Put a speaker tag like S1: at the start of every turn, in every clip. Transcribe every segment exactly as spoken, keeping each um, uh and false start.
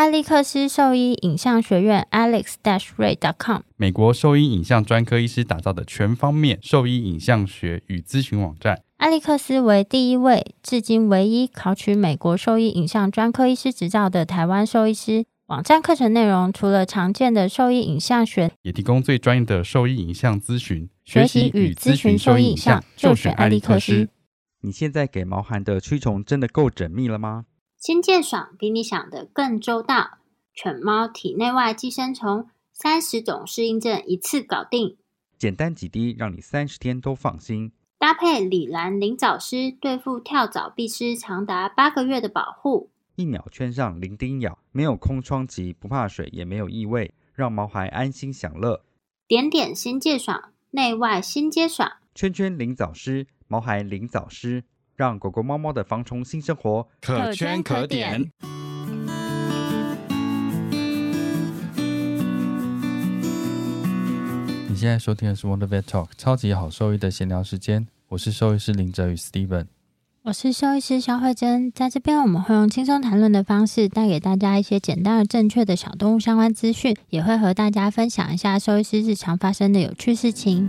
S1: 艾利克斯兽医影像学院 alex ray dot com，
S2: 美国兽医影像专科医师打造的全方面兽医影像学与咨询网站。
S1: 艾利克斯为第一位至今唯一考取美国兽医影像专科医师执照的台湾兽医师。网站课程内容除了常见的兽医影像学，
S2: 也提供最专业的兽医影像咨询。
S1: 学习与咨询兽医影像，就选艾利克斯。
S3: 你现在给毛孩的驱虫真的够缜密了吗？
S1: 新健爽比你想的更周到，犬猫体内外寄生虫三十种适应症一次搞定，
S3: 简单几滴让你三十天都放心。
S1: 搭配李兰灵藻虱对付跳蚤蜱虱长达八个月的保护，
S3: 一秒圈上零叮咬，没有空窗期，不怕水也没有异味，让毛孩安心享乐。
S1: 点点新界爽，内外新皆爽，
S3: 圈圈灵藻虱，毛孩灵藻虱，让狗狗猫猫的防虫新生活
S2: 可圈可点。你现在收听的是 Wonder Vet Talk 超级好兽医的闲聊时间，我是兽医师林哲宇 Steven，
S1: 我是兽医师肖慧珍。在这边我们会用轻松谈论的方式带给大家一些简单而正确的小动物相关资讯，也会和大家分享一下兽医师日常发生的有趣事情。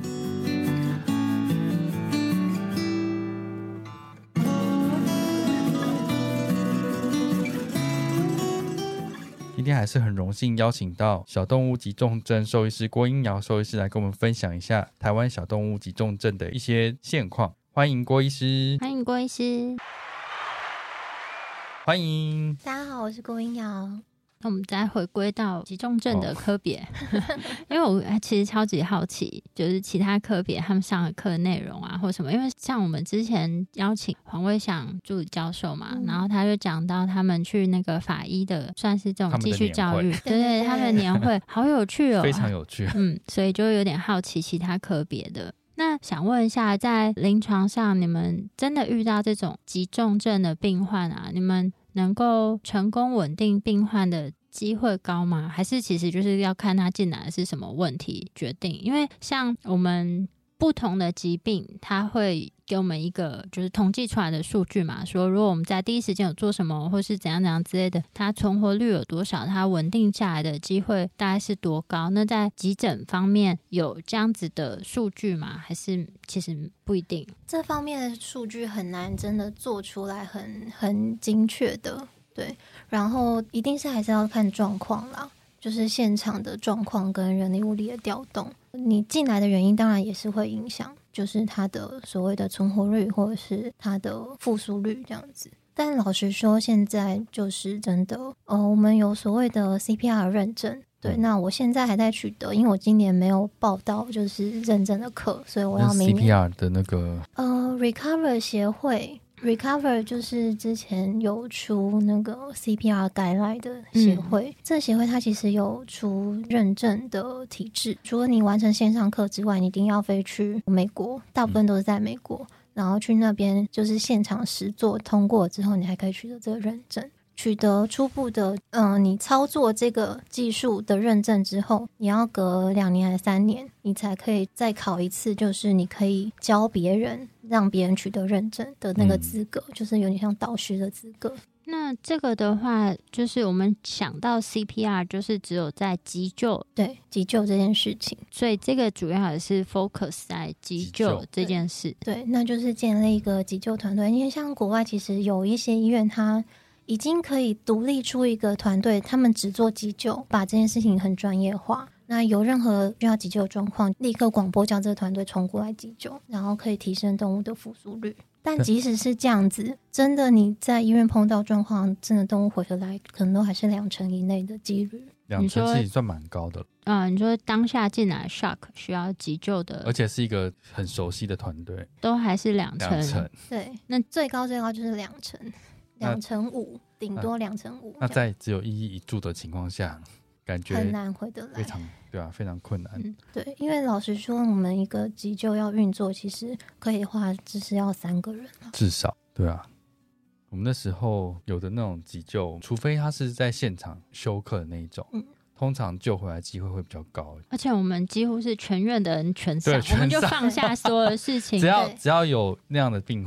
S2: 今天还是很荣幸邀请到小动物急重症兽医师郭英瑶兽医师来跟我们分享一下台湾小动物急重症的一些现况。欢迎郭医师。
S1: 欢迎郭医师。
S2: 欢迎。
S4: 大家好，我是郭英瑶。
S1: 那我们再回归到急重症的科别、哦、因为我其实超级好奇就是其他科别他们上的课内容啊或什么，因为像我们之前邀请黄威祥助理教授嘛、嗯、然后他就讲到他们去那个法医的算是这种继续教育，对对，他们的年会好有趣哦，
S2: 非常有趣。
S1: 嗯，所以就有点好奇其他科别的。那想问一下，在临床上你们真的遇到这种急重症的病患啊，你们能够成功稳定病患的机会高吗？还是其实就是要看他进来的是什么问题决定？因为像我们不同的疾病它会给我们一个就是统计出来的数据嘛，说如果我们在第一时间有做什么或是怎样怎样之类的，它存活率有多少，它稳定下来的机会大概是多高。那在急诊方面有这样子的数据吗？还是其实不一定？
S4: 这方面的数据很难真的做出来很很精确的，对，然后一定是还是要看状况啦，就是现场的状况跟人力物力的调动。你进来的原因当然也是会影响，就是它的所谓的存活率或者是它的复苏率这样子。但老实说现在就是真的呃，我们有所谓的 C P R 认证，对，那我现在还在取得，因为我今年没有报到就是认证的课，所以我要明年
S2: C P R 的那个
S4: 呃 Recover 协会Recover 就是之前有出那个 C P R guideline 的协会、嗯、这协会它其实有出认证的体制，除了你完成线上课之外，你一定要飞去美国，大部分都是在美国、嗯、然后去那边就是现场实作通过之后，你还可以取得这个认证，取得初步的嗯、呃，你操作这个技术的认证之后，你要隔两年还是三年你才可以再考一次，就是你可以教别人让别人取得认证的那个资格、嗯、就是有点像导师的资格。
S1: 那这个的话就是我们想到 C P R 就是只有在急救，
S4: 对，急救这件事情，
S1: 所以这个主要也是 focus 在急救这件事。
S4: 对, 对，那就是建立一个急救团队，因为像国外其实有一些医院它已经可以独立出一个团队，他们只做急救，把这件事情很专业化，那有任何需要急救的状况立刻广播叫这个团队冲过来急救，然后可以提升动物的复苏率。但即使是这样子，真的你在医院碰到状况，真的动物回得来可能都还是两成以内的几率。
S2: 两成其实算蛮高的。
S1: 嗯，你说当下进来 shock 需要急救的，
S2: 而且是一个很熟悉的团队，
S1: 都还是两成。两成，
S4: 对，那最高最高就是两成，两成五，顶多两成五。
S2: 那在只有一医一助的情况下，感觉
S4: 很难回得来，
S2: 非常对啊，非常困难、
S4: 嗯。对，因为老实说，我们一个急救要运作，其实可以的话，至少要三个人、啊、
S2: 至少对啊。我们那时候有的那种急救，除非他是在现场休克的那一种，嗯，通常救回来机会会比较高。
S1: 而且我们几乎是全院的人全上，我们就放下所有的事情，
S2: 只要只要有那样的病患，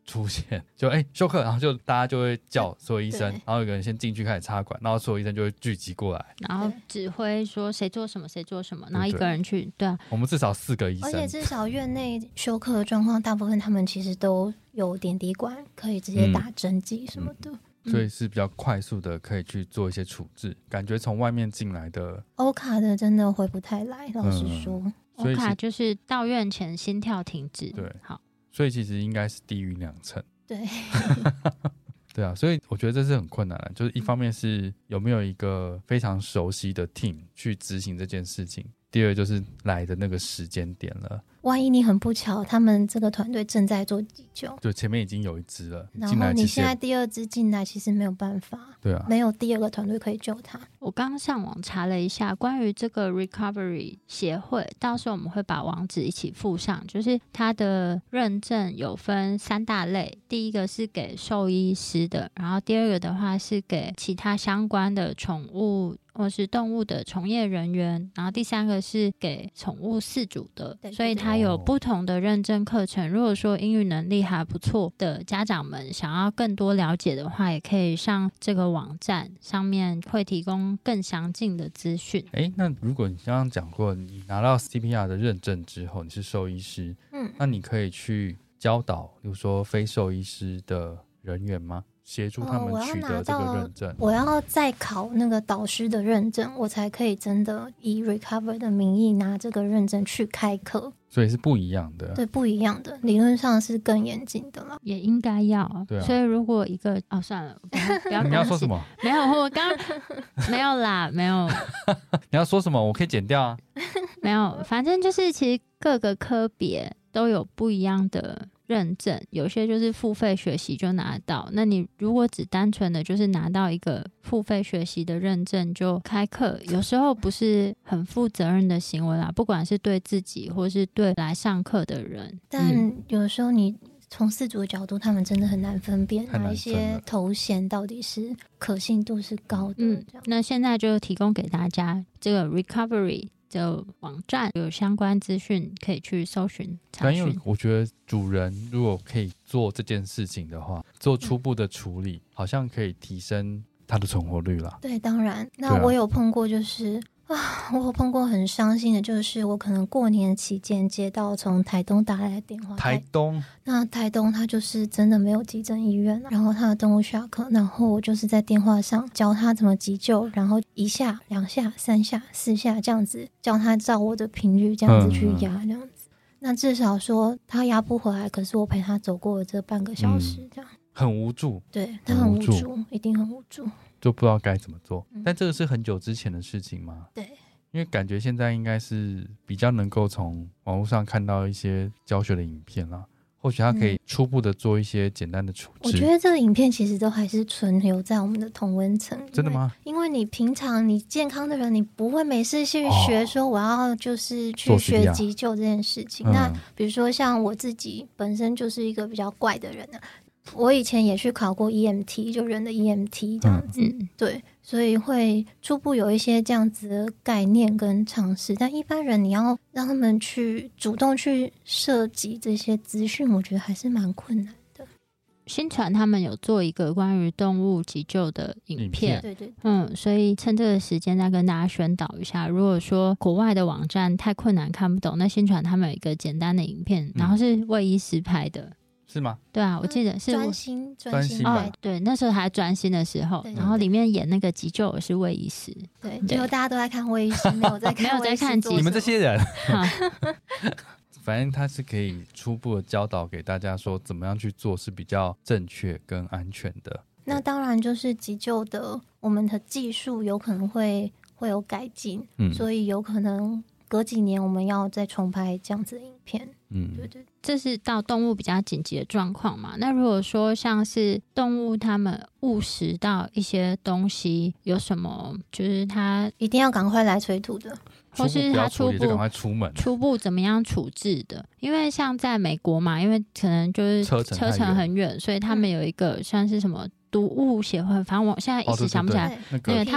S2: 出现，就哎、欸、休克，然后就大家就会叫所有医生，
S4: 对
S2: 然后有个人先进去开始插管，然后所有医生就会聚集过来，
S1: 然后指挥说谁做什么谁做什么，然后一个人去，对啊，
S2: 我们至少四个医生，
S4: 而且至少院内休克的状况，大部分他们其实都有点滴管，可以直接打针剂什么的。嗯
S2: 嗯，所以是比较快速的可以去做一些处置，感觉从外面进来的
S4: 欧卡的真的回不太来，老实说。
S2: 嗯，
S1: 欧卡就是到院前心跳停止。
S2: 对，
S1: 好，
S2: 所以其实应该是低于两成。
S4: 对，
S2: 对啊，所以我觉得这是很困难的，就是一方面是有没有一个非常熟悉的 team 去执行这件事情，第二就是来的那个时间点了。
S4: 万一你很不巧，他们这个团队正在做急救，
S2: 就前面已经有一支了，
S4: 然后你现在第二支进来，其实没有办法，
S2: 对啊，
S4: 没有第二个团队可以救他。
S1: 我刚刚上网查了一下关于这个 recovery 协会，到时候我们会把网址一起附上，就是它的认证有分三大类，第一个是给兽医师的，然后第二个的话是给其他相关的宠物或是动物的从业人员，然后第三个是给宠物饲主的，
S4: 对对对，
S1: 所以它有不同的认证课程。如果说英语能力还不错的家长们想要更多了解的话，也可以上这个网站，上面会提供更详尽的资讯。
S2: 诶，那如果你刚刚讲过你拿到 C P R 的认证之后，你是兽医师，嗯，那你可以去教导比如说非兽医师的人员吗？协助他们取得这个认证、
S4: 哦、我, 我要再考那个导师的认证，我才可以真的以 Recover 的名义拿这个认证去开课，
S2: 所以是不一样的。
S4: 对，不一样的，理论上是更严谨的啦，
S1: 也应该要。
S2: 对啊，
S1: 所以如果一个哦，算了，不要
S2: 你要说什么？
S1: 没有，我刚没有啦，没有。
S2: 你要说什么？我可以剪掉啊。
S1: 没有，反正就是其实各个科别都有不一样的认证，有些就是付费学习就拿到，那你如果只单纯的就是拿到一个付费学习的认证就开课，有时候不是很负责任的行为啦，不管是对自己或是对来上课的人。
S4: 但有时候你从饲主的角度，他们真的很难分辨哪一些头衔到底是可信度是高的、嗯、这样。
S1: 那现在就提供给大家这个 Recovery的网站，有相关资讯可以去搜寻查询。
S2: 因为我觉得主人如果可以做这件事情的话，做初步的处理、嗯、好像可以提升它的存活率啦。
S4: 对，当然那我有碰过就是啊，我有碰过很伤心的，就是我可能过年期间接到从台东打来的电话。
S2: 台东？
S4: 那台东他就是真的没有急诊医院，然后他的动物下课，然后我就是在电话上教他怎么急救，然后一下、两下、三下、四下这样子，教他照我的频率这样子去压，这样子、嗯。那至少说他压不回来，可是我陪他走过了这半个小时，这样、嗯、
S2: 很无助。
S4: 对，他很无助，无助一定很无助。
S2: 就不知道该怎么做、嗯、但这个是很久之前的事情吗？
S4: 对，
S2: 因为感觉现在应该是比较能够从网络上看到一些教学的影片啦，或许他可以初步的做一些简单的处置、嗯、
S4: 我觉得这个影片其实都还是存留在我们的同温层。
S2: 真的吗？
S4: 因为你平常你健康的人，你不会没事去学说我要就是去学急救这件事情、嗯、那比如说像我自己本身就是一个比较怪的人啊，我以前也去考过 E M T， 就人的 E M T 这样子、嗯、对，所以会初步有一些这样子的概念跟尝试，但一般人你要让他们去主动去涉及这些资讯，我觉得还是蛮困难的。
S1: 新传他们有做一个关于动物急救的影片，
S4: 对对，
S1: 嗯，所以趁这个时间再跟大家宣导一下，如果说国外的网站太困难看不懂，那新传他们有一个简单的影片、嗯、然后是魏医师拍的。
S2: 是吗？
S1: 对啊，我记得是
S4: 专心专心
S1: 哦，对，那时候还专心的时候，然后里面演那个急救的是魏医师，
S4: 对，结果大家都在看魏医师，没有在看
S1: 没有在看急救，
S2: 你们这些人。反正他是可以初步的教导给大家说怎么样去做是比较正确跟安全的。
S4: 那当然就是急救的我们的技术有可能会会有改进、嗯、所以有可能隔几年我们要再重拍这样子的影片。嗯，对对，
S1: 这是到动物比较紧急的状况嘛。那如果说像是动物它们误食到一些东西，有什么就是它
S4: 一定要赶快来催吐的，
S1: 或是它初步
S2: 赶快出门，
S1: 初步怎么样处置的？因为像在美国嘛，因为可能就是车程很远，所以他们有一个算是什么毒物协会，反正我现在一时想不起来。
S2: 哦、对对对
S1: 对他们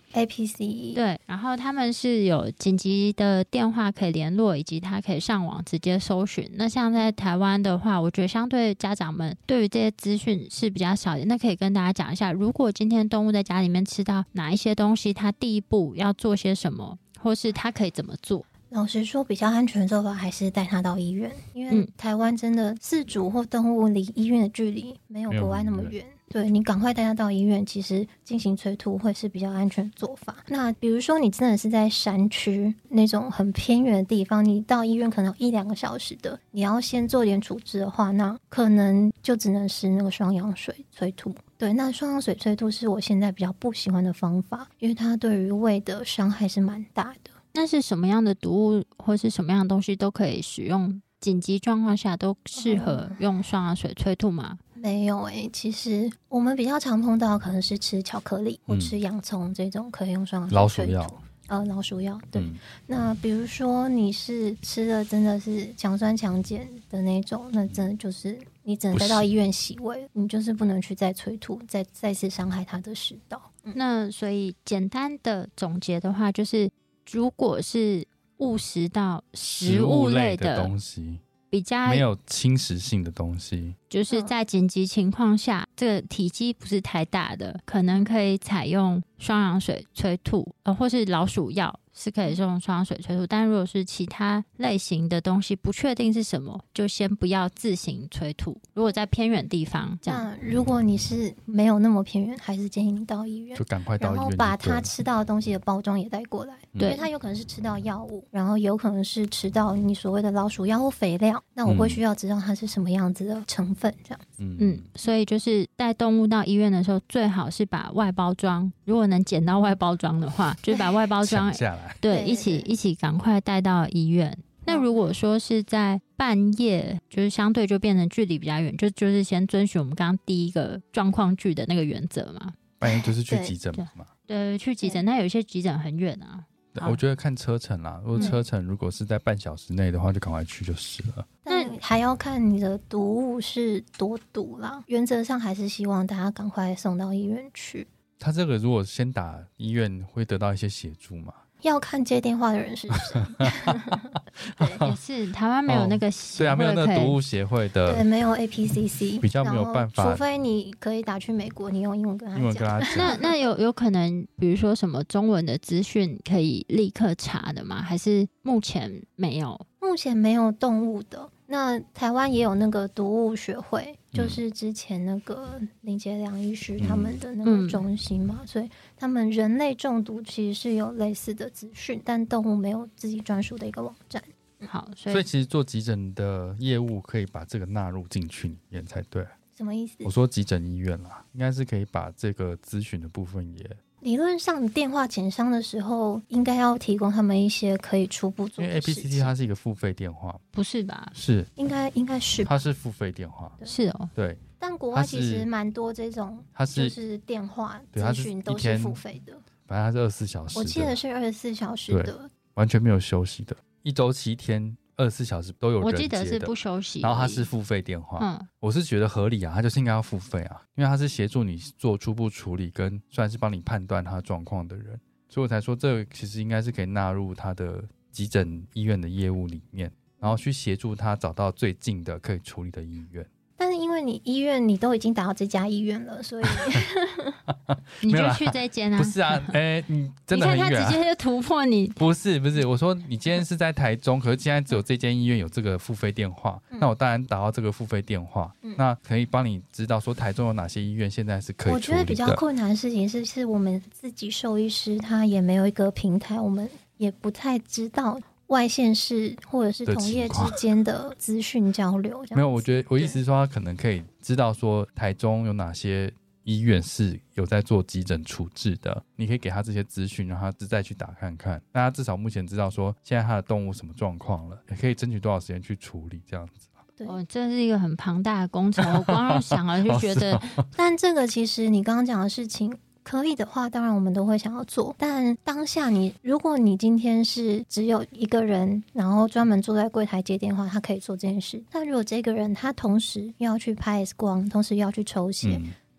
S4: A P C
S1: 对，然后他们是有紧急的电话可以联络，以及他可以上网直接搜寻。那像在台湾的话，我觉得相对家长们对于这些资讯是比较少的。那可以跟大家讲一下，如果今天动物在家里面吃到哪一些东西，它第一步要做些什么，或是它可以怎么做？
S4: 老实说，比较安全的做法还是带它到医院，因为台湾真的饲主或动物离医院的距离没有国外那么远。对，你赶快带它到医院，其实进行催吐会是比较安全的做法。那比如说你真的是在山区那种很偏远的地方，你到医院可能有一两个小时的，你要先做点处置的话，那可能就只能是那个双氧水催吐。对，那双氧水催吐是我现在比较不喜欢的方法，因为它对于胃的伤害是蛮大的。
S1: 那是什么样的毒物或是什么样的东西都可以使用？紧急状况下都适合用双氧水催吐吗？
S4: 没有诶、欸，其实我们比较常碰到可能是吃巧克力、嗯、或吃洋葱这种可以用双氧水催吐。老鼠药，呃，老鼠药对、嗯。那比如说你是吃的真的是强酸强碱的那种，那真的就是你只能带到医院洗胃，你就是不能去再催吐，再再次伤害它的食道。
S1: 嗯、那所以简单的总结的话，就是如果是误食到食物类的
S2: 东西，
S1: 比较
S2: 没有侵蚀性的东西，
S1: 就是在紧急情况下，这个体积不是太大的，可能可以采用双氧水催吐，呃，或是老鼠药是可以用双氧水催吐。但如果是其他类型的东西，不确定是什么，就先不要自行催吐。如果在偏远地方，这样。
S4: 那如果你是没有那么偏远，还是建议你到医院，
S2: 就赶快到医院，
S4: 然后把他吃到的东西的包装也带过来。对，因为他有可能是吃到药物，然后有可能是吃到你所谓的老鼠药或肥料，那我会需要知道它是什么样子的成分，这样子。
S1: 嗯嗯，所以就是带动物到医院的时候，最好是把外包装，如果能捡到外包装的话，就是把外包装
S2: 下来，
S1: 对，一起一起赶快带到医院。那如果说是在半夜，就是相对就变成距离比较远，就就是先遵循我们刚刚第一个状况剧的那个原则嘛。
S2: 半夜就是去急诊嘛。
S1: 对，对，去急诊。那有一些急诊很远啊。
S2: 我觉得看车程啦，如果车程如果是在半小时内的话，就赶快去就是了。
S4: 但还要看你的毒物是多毒啦，原则上还是希望大家赶快送到医院去。
S2: 他这个如果先打医院，会得到一些协助吗？
S4: 要看接电话的人是谁。
S1: 对，也是台湾没有那个协会、哦、
S2: 对啊，没有那个毒物协会的，
S4: 对，没有 A P C C，
S2: 比较没有办法。
S4: 除非你可以打去美国，你用英文跟他讲。
S2: 英文跟他讲。
S1: 那那有有可能，比如说什么中文的资讯可以立刻查的吗？还是目前没有？
S4: 目前没有动物的。那台湾也有那个毒物学会，就是之前那个林杰良医师他们的那个中心嘛、嗯、所以他们人类中毒其实是有类似的资讯，但动物没有自己专属的一个网站。
S1: 好，所以
S2: 所以其实做急诊的业务可以把这个纳入进去里面才对。
S4: 什么意思？
S2: 我说急诊医院啦，应该是可以把这个咨询的部分也。
S4: 理论上你电话减伤的时候应该要提供他们一些可以初步做的事情。因为
S2: A P C T 它是一个付费电话，
S1: 不是吧？
S2: 是，
S4: 应该应该是吧，
S2: 它是付费电话，
S1: 是哦，
S2: 对。
S4: 但国外其实蛮多这种，它是就是电话咨询都是付费的，
S2: 反正它是二十四小时的，
S4: 我记得是二十四小时的，
S2: 完全没有休息的，一周七天。二十四小时都有人接的，
S1: 我记得是不休息，
S2: 然后它是付费电话，
S1: 嗯，
S2: 我是觉得合理啊，它就是应该要付费啊，因为它是协助你做初步处理，跟算是帮你判断它状况的人，所以我才说这个其实应该是可以纳入他的急诊医院的业务里面，然后去协助他找到最近的可以处理的医院。
S4: 但是因为你医院你都已经打到这家医院了，所以
S1: 你就去这间啊？
S2: 不是啊，哎、欸，你真的很远、啊、
S1: 你看他直接就突破你。
S2: 不是不是，我说你今天是在台中，可是现在只有这间医院有这个付费电话，嗯、那我当然打到这个付费电话，嗯、那可以帮你知道说台中有哪些医院现在是可以处理的。
S4: 我觉得比较困难的事情是，是我们自己兽医师他也没有一个平台，我们也不太知道。外县市或者是同业之间的资讯交流，
S2: 没有，我觉得我意思是说，他可能可以知道说台中有哪些医院是有在做急诊处置的，你可以给他这些资讯，让他再去打看看，那他至少目前知道说现在他的动物什么状况了，也可以争取多少时间去处理这样子。
S1: 对，哦，这是一个很庞大的工程，我光想了就觉得。
S2: 哦
S4: 但这个其实你刚刚讲的事情。可以的话当然我们都会想要做，但当下你如果你今天是只有一个人，然后专门坐在柜台接电话，他可以做这件事，但如果这个人他同时又要去拍 X 光，同时又要去抽血、嗯、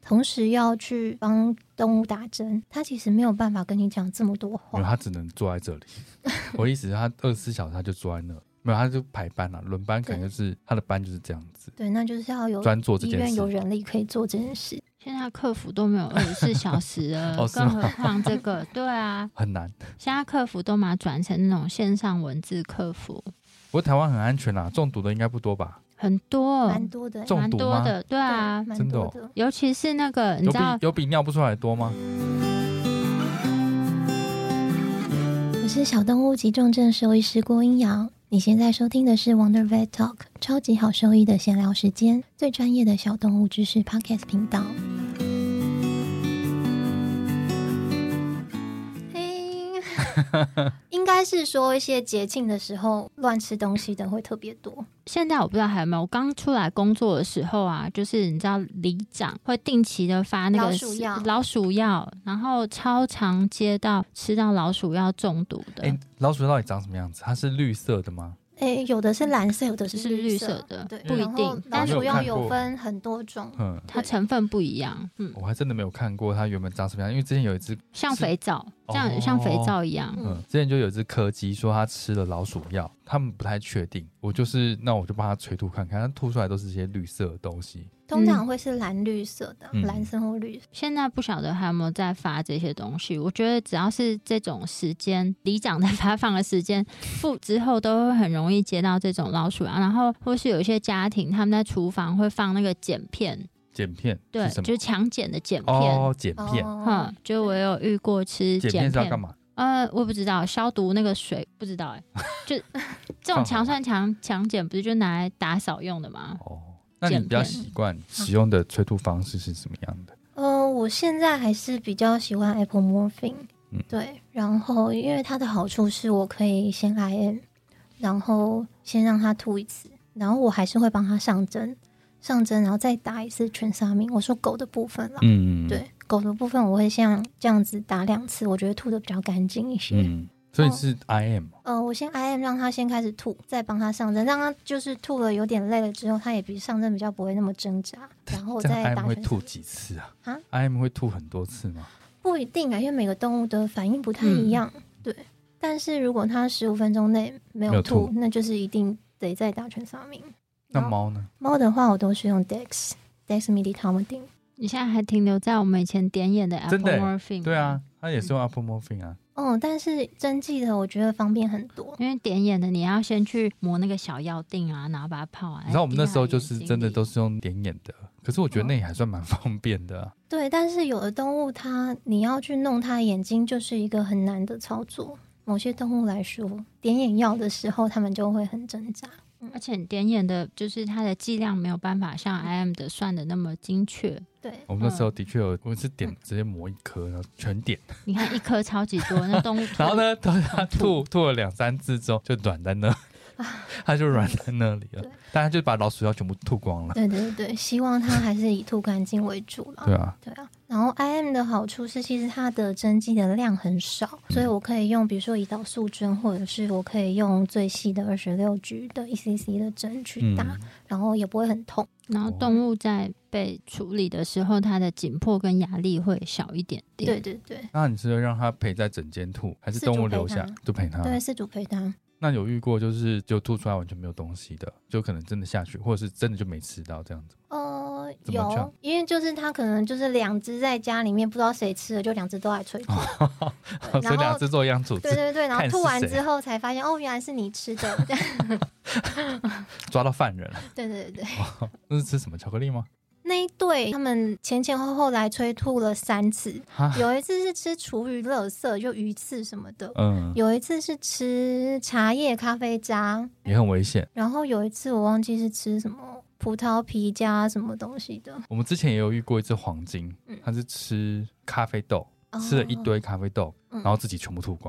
S4: 同时要去帮动物打针，他其实没有办法跟你讲这么多话，
S2: 他只能坐在这里。我的意思是他二十四小时他就坐在那，没有他就排班啊，轮班可能就是他的班就是这样子。
S4: 对，那就是要有
S2: 专做这件事，
S4: 医院有人力可以做这件事。
S1: 现在客服都没有二十四小时了，
S2: 哦、
S1: 更何况这个，对啊，
S2: 很难。
S1: 现在客服都把它转成那种线上文字客服。
S2: 不过台湾很安全啦，中毒的应该不多吧？
S1: 很多，
S4: 蛮多的，
S2: 中毒吗？
S1: 蛮多的，对啊，
S4: 对
S2: 真的、哦，
S1: 尤其是那个，你知道
S2: 有比有比尿不出来多吗？
S4: 我是小动物急重症兽医师郭英瑶，你现在收听的是 Wonder Vet Talk 超级好兽医的闲聊时间，最专业的小动物知识 Podcast 频道。应该是说一些节庆的时候乱吃东西的会特别多。
S1: 现在我不知道还有没有，我刚出来工作的时候啊，就是你知道里长会定期的发那个
S4: 老鼠药，
S1: 老鼠药，然后超常接到吃到老鼠药中毒的。
S2: 欸、老鼠药到底长什么样子？它是绿色的吗？
S4: 诶，有的是蓝色，有的是
S1: 绿
S4: 色
S1: 的，
S4: 对，
S1: 不一定。
S4: 老鼠药有分很多种，
S2: 嗯，
S1: 它成分不一样。嗯，
S2: 我还真的没有看过它原本长什么样，因为之前有一只
S1: 像肥皂，这样、哦、像肥皂一样。
S2: 嗯，之前就有一只柯基说它吃了老鼠药，他们不太确定。我就是那我就帮它催吐看看，它吐出来都是一些绿色的东西。
S4: 通常会是蓝绿色的、
S2: 嗯、
S4: 蓝色或绿色。
S1: 现在不晓得还有没有在发这些东西。我觉得只要是这种时间，里长在发放的时间付之后，都会很容易接到这种老鼠药。然后或是有一些家庭他们在厨房会放那个剪片，
S2: 剪片
S1: 对，
S2: 是
S1: 就是强剪的剪片。
S2: 哦，剪片，
S1: 嗯，就我有遇过吃剪片。
S2: 剪片是要干嘛？
S1: 呃，我不知道，消毒那个水不知道哎、欸，就这种强酸强强碱不是就拿来打扫用的吗？
S2: 哦，那你比较习惯使用的催吐方式是什么样的？
S4: 呃，我现在还是比较喜欢 Apple Morphine，、嗯、对，然后因为它的好处是我可以先 I M， 然后先让它吐一次，然后我还是会帮它上针，上针然后再打一次全沙明。我说狗的部分啦，
S2: 嗯，
S4: 对，狗的部分我会像这样子打两次，我觉得吐的比较干净一些。
S2: 嗯，所以是 I M、哦、
S4: 呃，我先 I M 让他先开始吐，再帮他上针，让他就是吐了有点累了之后，他也比上针比较不会那么挣扎，然后再打。
S2: I M 会吐几次啊？
S4: 啊
S2: ，I M 会吐很多次吗？
S4: 不一定啊，因为每个动物的反应不太一样。嗯、对，但是如果它十五分钟内没有吐，有吐那就是一定得再打全沙明。
S2: 那猫呢？
S4: 猫的话，我都是用 Dex Dexmedetomidine。
S1: 你现在还停留在我们以前点眼的 Apple Morphine？
S2: 对啊，它也是用 Apple Morphine 啊。
S4: 哦，但是针剂的我觉得方便很多，
S1: 因为点眼的你要先去磨那个小药锭啊，然后把它泡啊。
S2: 你知道我们那时候就是真的都是用点眼的，可是我觉得那也还算蛮方便的、啊
S4: 哦。对，但是有的动物它你要去弄它的眼睛就是一个很难的操作。某些动物来说，点眼药的时候它们就会很挣扎。
S1: 而且点眼的就是它的剂量没有办法像 I M 的算的那么精确。
S4: 对，
S2: 我们那时候的确有，我是点直接磨一颗，然后全点。
S1: 你看一颗超级多，那动物
S2: 然后呢，它吐吐了两三次之后就软在那，它就软在那里了。但它就把老鼠药全部吐光了。
S4: 对对对，希望它还是以吐干净为主了。
S2: 对啊，
S4: 对啊。然后 I M 的好处是，其实它的针剂的量很少，所以我可以用比如说胰岛素针，或者是我可以用最细的二十六 G 的 E C C 的针去打、嗯，然后也不会很痛。
S1: 然后动物在被处理的时候，它的紧迫跟压力会小一点点。
S4: 对对对。
S2: 那你是会让它陪在诊间吐，还是动物留下就陪它？
S4: 对，饲主陪它。
S2: 那有遇过就是就吐出来完全没有东西的，就可能真的下去，或者是真的就没吃到这样子？
S4: 呃，有，因为就是他可能就是两只在家里面不知道谁吃了，就两只都来催吐，
S2: 所以两只做一样处置。
S4: 对对对，然后吐完之后才发现哦，原来是你吃的，
S2: 抓到犯人了。
S4: 对对对对、
S2: 哦，那是吃什么巧克力吗？
S4: 那一对他们前前后后来催吐了三次，有一次是吃厨余垃圾，就鱼刺什么的，嗯，有一次是吃茶叶咖啡渣，
S2: 也很危险。
S4: 然后有一次我忘记是吃什么葡萄皮加什么东西的。
S2: 我们之前也有遇过一只黄金，它是吃咖啡豆，嗯、吃了一堆咖啡豆，嗯、然后自己全部吐光了。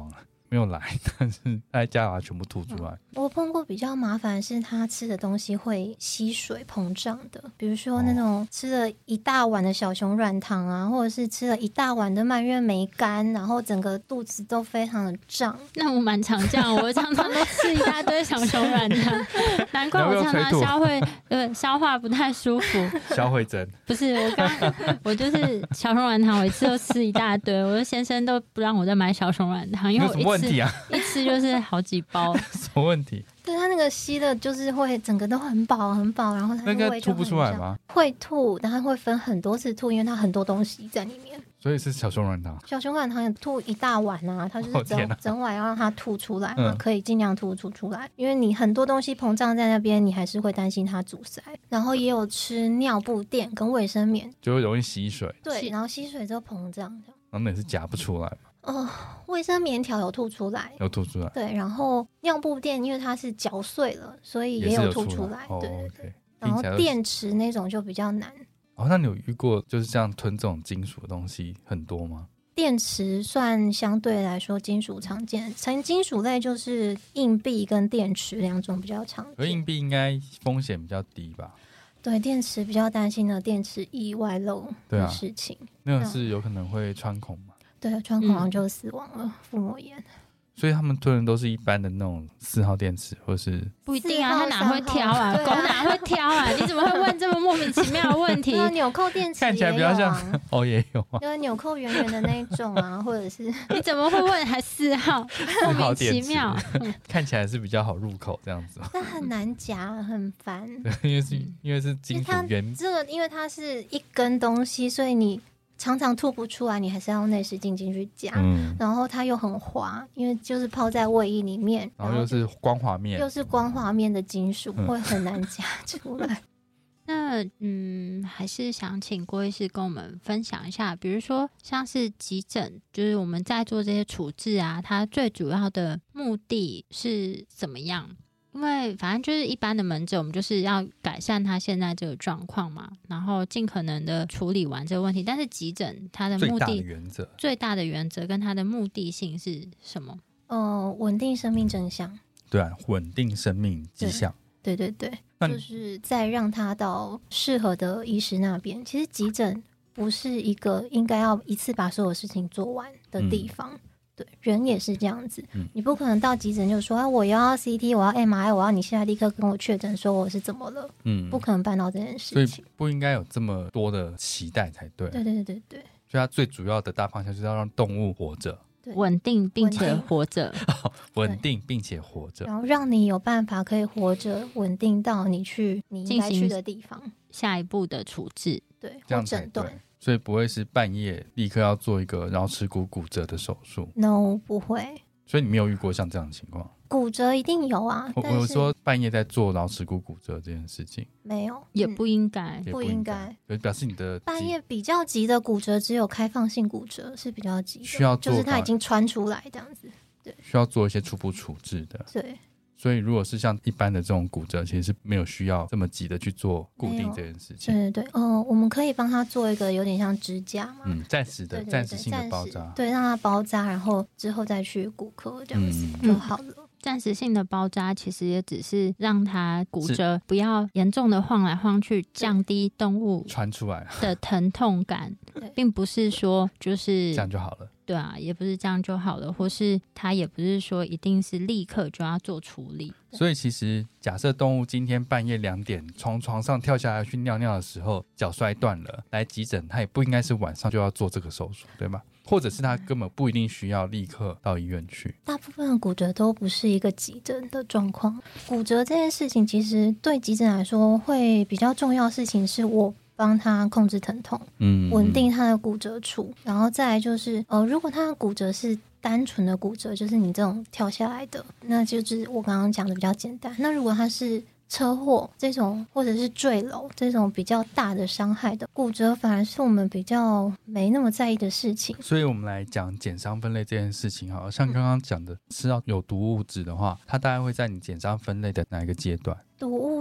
S2: 没有来，但是他在家把它全部吐出来、
S4: 嗯、我碰过比较麻烦是他吃的东西会吸水膨胀的，比如说那种吃了一大碗的小熊软糖啊，或者是吃了一大碗的蔓越莓干，然后整个肚子都非常的胀。
S1: 那我蛮常这样，我常常都吃一大堆小熊软糖难怪我常常消会对消化不太舒服。
S2: 消会针
S1: 不是我刚我就是小熊软糖我一次都吃一大堆，我的先生都不让我再买小熊软糖，因为我一吃
S2: 有什么问题啊？
S1: 一吃就是好几包。
S2: 什么问题？
S4: 对，他那个吸的就是会整个都很饱很饱，然后他
S2: 那个吐不出来吗？
S4: 会吐，但他会分很多次吐，因为他很多东西在里面。
S2: 所以是小熊软糖，
S4: 小熊软糖也吐一大碗啊，他就是整、哦啊、整碗要让它吐出来嘛、嗯，可以尽量吐出出来，因为你很多东西膨胀在那边，你还是会担心它阻塞。然后也有吃尿布垫跟卫生棉，
S2: 就会容易吸水，
S4: 对，然后吸水之后膨胀，
S2: 然后那也是夹不出来嘛。
S4: 哦，卫生棉条有吐出来，
S2: 有吐出来，
S4: 对，然后尿布垫因为它是嚼碎了，所以也有吐出来，
S2: 哦、
S4: 对对对。
S2: okay、
S4: 然后电池那种就比较难。
S2: 哦，那你有遇过就是这样吞这种金属的东西很多吗？
S4: 电池算相对来说金属常见，纯金属类就是硬币跟电池两种比较常见。
S2: 而硬币应该风险比较低吧？
S4: 对，电池比较担心的电池易外漏的事情，
S2: 对啊、那种是有可能会穿孔嘛？
S4: 对，穿孔就死亡了，腹膜炎。
S2: 所以他们吞的都是一般的那种四号电池，或是
S1: 不一定啊，他哪会挑啊？狗哪会挑啊？你怎么会问这么莫名其妙的问题？
S4: 纽扣电池、啊、
S2: 看起来比较像哦，也有啊，
S4: 就是纽扣圆圆的那一种啊，或者是
S1: 你怎么会问还四号？莫名其妙，
S2: 看起来是比较好入口这样子，
S4: 但很难夹，很烦。
S2: 对，因为是因为是金属圆，
S4: 这个因为它是一根东西，所以你常常吐不出来，你还是要用内视镜进去夹、嗯、然后它又很滑，因为就是泡在胃液里面，
S2: 然后又是光滑面
S4: 又是光滑面的金属、嗯、会很难夹出来。
S1: 那嗯，还是想请郭医师跟我们分享一下，比如说像是急诊，就是我们在做这些处置啊，它最主要的目的是怎么样？因为反正就是一般的门诊，我们就是要改善他现在这个状况嘛，然后尽可能的处理完这个问题。但是急诊它的目的、
S2: 最大的原则、
S1: 最大的原则跟它的目的性是什么？
S4: 呃，稳定生命真相。
S2: 对啊，稳定生命迹象。
S4: 对对对，就是再让他到适合的医师那边。其实急诊不是一个应该要一次把所有事情做完的地方。嗯，对，人也是这样子、嗯、你不可能到急诊就说、啊、我要 C T 我要 M R I 我要你现在立刻跟我确诊说我是怎么了，嗯，不可能办到这件事情，
S2: 所以不应该有这么多的期待才对。
S4: 对对对对对，
S2: 所以它最主要的大方向就是要让动物活着，
S1: 稳定并且活着
S2: 稳定并且活着，
S4: 然后让你有办法可以活着稳定到你去你应该去的地方，
S1: 下一步的处置，
S4: 对，或诊断。
S2: 所以不会是半夜立刻要做一个桡尺骨骨折的手术
S4: No 不会。
S2: 所以你没有遇过像这样的情况？
S4: 骨折一定有啊，
S2: 我我说半夜在做桡尺骨骨折这件事情
S4: 没有，
S1: 也不应该、
S4: 嗯、不应该，
S2: 表示你的
S4: 半夜比较急的骨折只有开放性骨折是比较急的，
S2: 需要做
S4: 就是它已经穿出来这样子，对，
S2: 需要做一些初步处置的，
S4: 对。
S2: 所以如果是像一般的这种骨折，其实是没有需要这么急的去做固定这件事情。
S4: 对对对，哦，我们可以帮他做一个有点像支架嘛，
S2: 嗯，暂时的、暂时性的包扎，
S4: 对，让他包扎，然后之后再去骨科这样子就好了。嗯，
S1: 暂时性的包扎其实也只是让它骨折不要严重的晃来晃去，降低动物
S2: 传出来
S1: 的疼痛感，并不是说就是
S2: 这样就好了。
S1: 对啊，也不是这样就好了，或是它也不是说一定是立刻就要做处理。
S2: 所以其实假设动物今天半夜两点从床上跳下来去尿尿的时候脚摔断了，来急诊，它也不应该是晚上就要做这个手术，对吗？或者是它根本不一定需要立刻到医院去。
S4: 大部分的骨折都不是一个急诊的状况。骨折这件事情其实对急诊来说会比较重要的事情是我帮他控制疼痛，嗯，稳定他的骨折处，然后再来就是呃，如果他的骨折是单纯的骨折，就是你这种跳下来的，那就是我刚刚讲的比较简单。那如果他是车祸这种或者是坠楼这种比较大的伤害的骨折，反而是我们比较没那么在意的事情。
S2: 所以我们来讲减伤分类这件事情，好像刚刚讲的吃到有毒物质的话，它大概会在你减伤分类的哪一个阶段？
S4: 毒物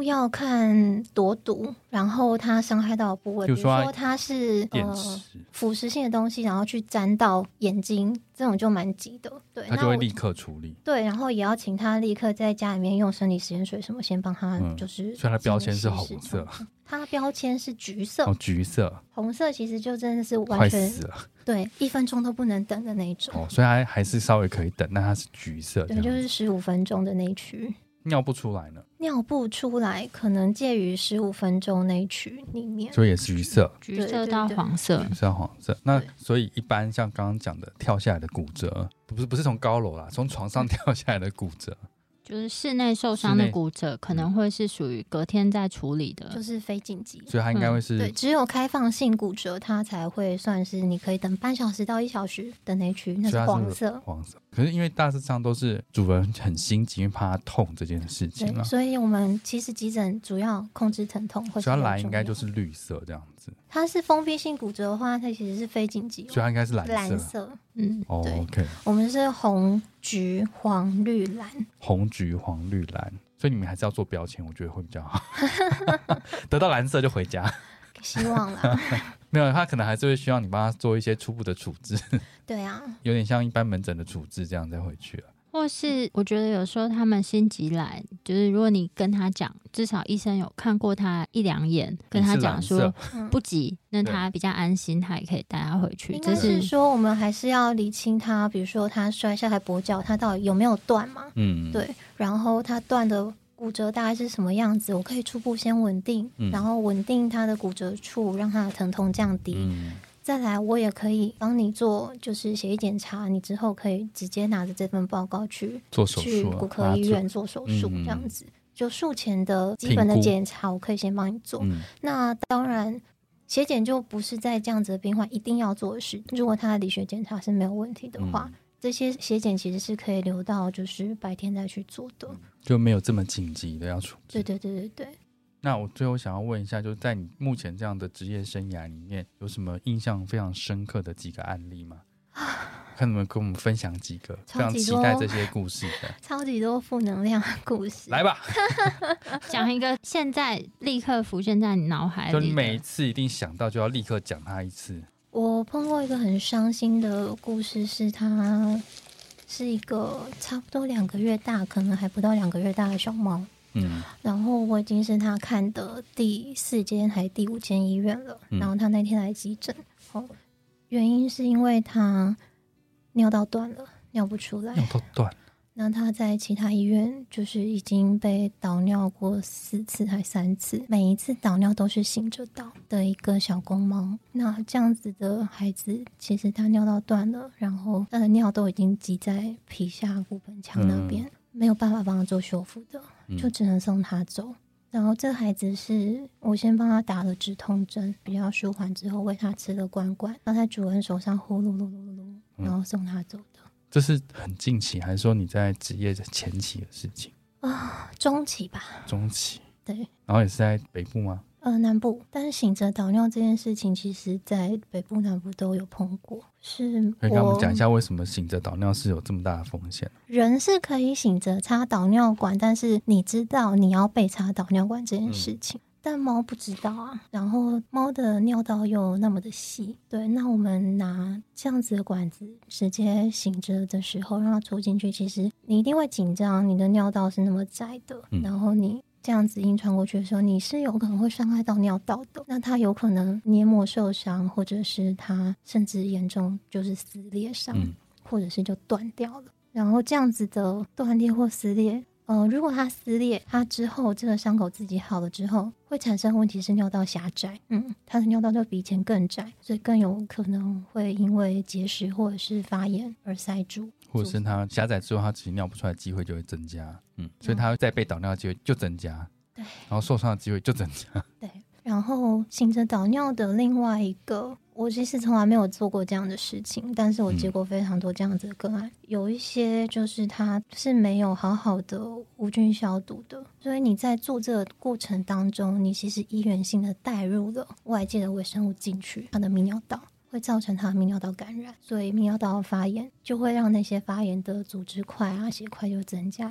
S4: 要看多毒，然后它伤害到的部位，比如说它是
S2: 呃
S4: 腐蚀性的东西，然后去沾到眼睛，这种就蛮急的。对，
S2: 他就会立刻处理。
S4: 对，然后也要请他立刻在家里面用生理食盐水什么先帮他，就是、嗯。
S2: 所以它标签是红色，
S4: 它标签是橘色。
S2: 哦，橘色。
S4: 红色其实就真的是完全
S2: 快死了。
S4: 对，一分钟都不能等的那种。
S2: 哦，所以它还是稍微可以等，但它是橘色。
S4: 对，就是十五分钟的那一区。
S2: 尿不出来呢？
S4: 尿不出来，可能介于十五分钟那一区里面，
S2: 所以也是橘色，
S1: 橘色到黄色，
S2: 橘色黄色。那所以一般像刚刚讲的跳下来的骨折，不是不是从高楼啦，从床上跳下来的骨折。
S1: 就是室内受伤的骨折可能会是属于隔天再处理的，
S4: 就是非紧急，
S2: 所以它应该会是、
S4: 嗯、对，只有开放性骨折它才会算是你可以等半小时到一小时的那区，那是黄色。
S2: 黄色。可是因为大致上都是主人很心急，因为怕它痛这件事情啊，
S4: 所以我们其实急诊主要控制疼痛会，
S2: 所以它来应该就是绿色这样子。
S4: 它是封闭性骨折的话，它其实是非紧急、哦，
S2: 所以它应该是蓝色。
S4: 蓝色，嗯，
S2: 哦、
S4: 对
S2: ，OK，
S4: 我们是红、橘、黄、绿、蓝，
S2: 红、橘、黄、绿、蓝，所以你们还是要做标签，我觉得会比较好。得到蓝色就回家，
S4: 希望啦。
S2: 没有，他可能还是会需要你帮他做一些初步的处置。
S4: 对啊，
S2: 有点像一般门诊的处置这样再回去了。
S1: 或是我觉得有时候他们心急来，就是如果你跟他讲，至少医生有看过他一两眼，跟他讲说不急，那他比较安心，他也可以带他回去。
S4: 应该是说我们还是要理清他，比如说他摔下来跛脚，他到底有没有断嘛？嗯，对。然后他断的骨折大概是什么样子？我可以初步先稳定，嗯、然后稳定他的骨折处，让他的疼痛降低。嗯，再来，我也可以帮你做，就是血液检查，你之后可以直接拿着这份报告去
S2: 做手术、啊，
S4: 去骨科医院做手术，这样子。嗯、就术前的基本的检查，我可以先帮你做。嗯、那当然，血检就不是在这样子的病患一定要做的事。如果他的理学检查是没有问题的话，嗯、这些血检其实是可以留到就是白天再去做的，
S2: 就没有这么紧急的要处置。
S4: 对对对对对。
S2: 那我最后想要问一下，就是在你目前这样的职业生涯里面，有什么印象非常深刻的几个案例吗？看你们跟我们分享几个，非常期待这些故事的，
S4: 超级多负能量的故事。
S2: 来吧，
S1: 讲一个现在立刻浮现在你脑海里，
S2: 就你每一次一定想到就要立刻讲它一次。
S4: 我碰过一个很伤心的故事，是它是一个差不多两个月大，可能还不到两个月大的小猫。嗯，然后我已经是他看的第四间还是第五间医院了，嗯、然后他那天来急诊，哦，原因是因为他尿道断了，尿不出来，
S2: 尿道断了。
S4: 那他在其他医院就是已经被导尿过四次还三次，每一次导尿都是醒着导的一个小公猫。那这样子的孩子，其实他尿道断了，然后他的尿都已经积在皮下骨盆腔那边。嗯，没有办法帮他做修复的，就只能送他走。嗯、然后这孩子是我先帮他打了止痛针，比较舒缓之后喂他吃了罐罐，放在主人手上呼噜噜噜噜噜，然后送他走的。
S2: 这是很近期，还是说你在职业的前期的事情
S4: 啊？中期吧。
S2: 中期。
S4: 对。
S2: 然后也是在北部吗？
S4: 呃，南部。但是醒着导尿这件事情，其实在北部、南部都有碰过。是我
S2: 可以跟我们讲一下，为什么醒着导尿是有这么大的风险？
S4: 人是可以醒着插导尿管，但是你知道你要被插导尿管这件事情。嗯，但猫不知道啊，然后猫的尿道又那么的细，对，那我们拿这样子的管子直接醒着的时候让它戳进去，其实你一定会紧张，你的尿道是那么窄的，嗯、然后你这样子硬穿过去的时候，你是有可能会伤害到尿道的，那它有可能黏膜受伤，或者是它甚至严重就是撕裂伤，嗯、或者是就断掉了，然后这样子的断裂或撕裂呃，如果它撕裂，它之后这个伤口自己好了之后，会产生问题是尿道狭窄，嗯，它的尿道就比以前更窄，所以更有可能会因为结石或者是发炎而塞住，
S2: 或者是它狭窄之后，它其实尿不出来的机会就会增加，嗯，所以它再被导尿的机会就增加，
S4: 对，
S2: 然后受伤的机会就增加，
S4: 对。然后醒着导尿的另外一个，我其实从来没有做过这样的事情，但是我接过非常多这样子的个案，嗯、有一些就是它是没有好好的无菌消毒的，所以你在做这个过程当中，你其实医源性的带入了外界的微生物进去它的泌尿道，会造成它的泌尿道感染，所以泌尿道发炎就会让那些发炎的组织块啊、血块就增加。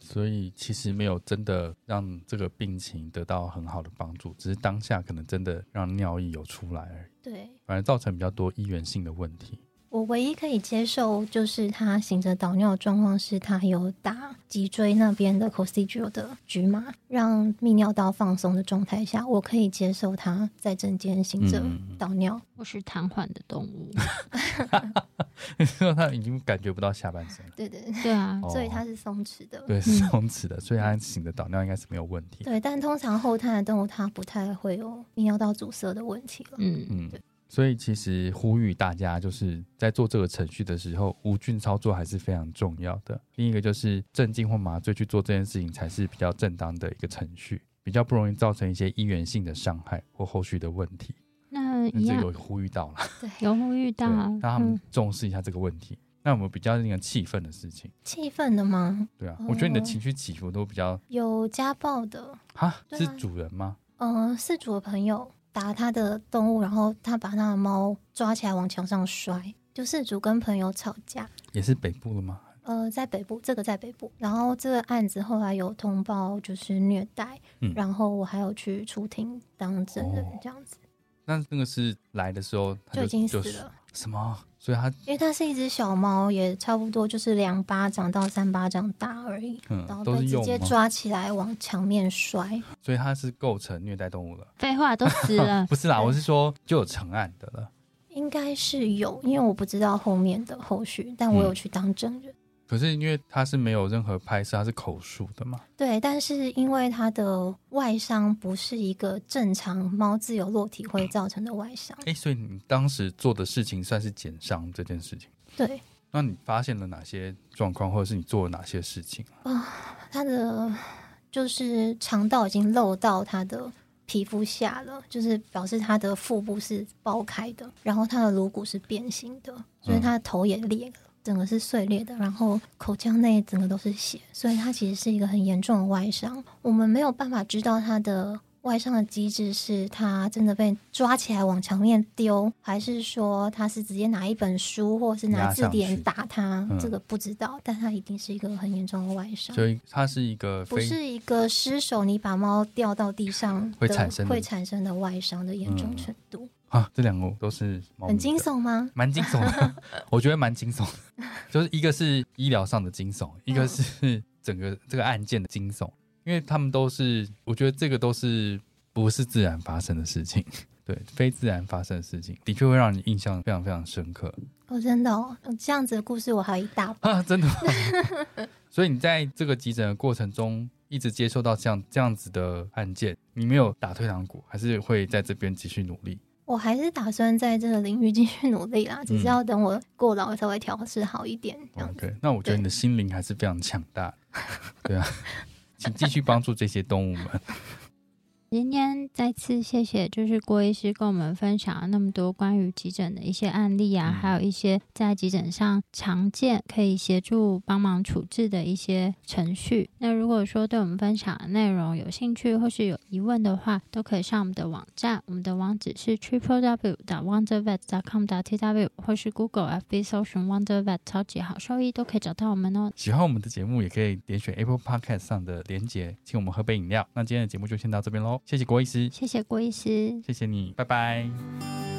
S2: 所以其实没有真的让这个病情得到很好的帮助，只是当下可能真的让尿液有出来而已，
S4: 对，
S2: 反而造成比较多医源性的问题。
S4: 我唯一可以接受就是他醒着导尿的状况是他有打脊椎那边的 Costigio 的局麻，让泌尿道放松的状态下，我可以接受他在诊间醒着导尿。
S1: 我是瘫痪的动物。
S2: 你说他已经感觉不到下半身了？
S4: 对对
S1: 对啊，
S2: 哦
S4: 所以他是松弛的。
S2: 对，是松弛的，所以他醒着导尿应该是没有问题。
S4: 对，但通常后瘫的动物它不太会有泌尿道阻塞的问题了。
S1: 嗯
S2: 嗯，所以其实呼吁大家就是在做这个程序的时候，无菌操作还是非常重要的。另一个就是镇静或麻醉去做这件事情才是比较正当的一个程序，比较不容易造成一些医源性的伤害或后续的问题。
S1: 那一样
S2: 这有呼吁到了，
S4: 对，
S1: 有呼吁到，
S2: 让他们
S1: 嗯
S2: 重视一下这个问题。那我们比较令人气愤的事情，
S4: 气愤的吗？
S2: 对啊，
S4: 哦
S2: 我觉得你的情绪起伏都比较
S4: 有家暴的，
S2: 哈，
S4: 对啊
S2: 是主人吗？
S4: 呃，饲主的朋友打他的动物，然后他把他的猫抓起来往墙上摔，就饲主跟朋友吵架。
S2: 也是北部的吗？
S4: 呃，在北部，这个在北部。然后这个案子后来有通报就是虐待，
S2: 嗯
S4: 然后我还有去出庭当证人
S2: 哦
S4: 这样子，
S2: 那那个是来的时候他就
S4: 就已经死
S2: 就是
S4: 了。
S2: 什么？所以他
S4: 因为它是一只小猫，也差不多就是两巴掌到三巴掌大而已，
S2: 嗯
S4: 然后
S2: 都是幼
S4: 被直接
S2: 吗
S4: 抓起来往墙面摔。
S2: 所以他是构成虐待动物了。
S1: 废话都死了
S2: 不是啦，
S4: 对
S2: 我是说就有成案的了。
S4: 应该是有，因为我不知道后面的后续，但我有去当证人。
S2: 可是因为他是没有任何拍摄，他是口述的嘛。
S4: 对，但是因为它的外伤不是一个正常猫自由落体会造成的外伤，
S2: 哎，所以你当时做的事情算是减伤这件事情。
S4: 对，
S2: 那你发现了哪些状况，或者是你做了哪些事情？
S4: 它的就是肠道已经漏到它的皮肤下了，就是表示它的腹部是爆开的，然后它的颅骨是变形的，所以它的头也裂了。整个是碎裂的，然后口腔内整个都是血，所以它其实是一个很严重的外伤。我们没有办法知道它的外伤的机制是它真的被抓起来往墙面丢，还是说它是直接拿一本书或是拿字典打它，
S2: 嗯、
S4: 这个不知道，但它一定是一个很严重的外伤。
S2: 所以它是一个非
S4: 不是一个失手你把猫掉到地上的
S2: 会产生的
S4: 会产生的外伤的严重程度。
S2: 啊，这两个都是猫咪的
S4: 很惊悚吗？
S2: 蛮惊悚的，我觉得蛮惊悚的。就是一个是医疗上的惊悚，一个是整个这个案件的惊悚，因为他们都是，我觉得这个都是不是自然发生的事情，对，非自然发生的事情，的确会让你印象非常非常深刻。
S4: 哦，真的哦，这样子的故事我还有一大把
S2: 啊，真的吗？所以你在这个急诊的过程中，一直接受到这样这样子的案件，你没有打退堂鼓，还是会在这边继续努力？
S4: 我还是打算在这个领域继续努力啦，只是要等我过劳稍微调试好一点这样子。
S2: OK， 那我觉得你的心灵还是非常强大的，对啊，请继续帮助这些动物们。
S1: 今天再次谢谢，就是郭医师跟我们分享了那么多关于急诊的一些案例啊，嗯、还有一些在急诊上常见可以协助帮忙处置的一些程序。那如果说对我们分享的内容有兴趣或是有疑问的话，都可以上我们的网站，我们的网址是 triple w dot wondervet dot com dot t w 或是 Google F B 搜寻 Wondervet 超级好兽医都可以找到我们哦。
S2: 喜欢我们的节目也可以点选 Apple Podcast 上的连结，请我们喝杯饮料。那今天的节目就先到这边咯。谢谢郭医师，
S1: 谢谢郭医师，
S2: 谢谢你，拜拜。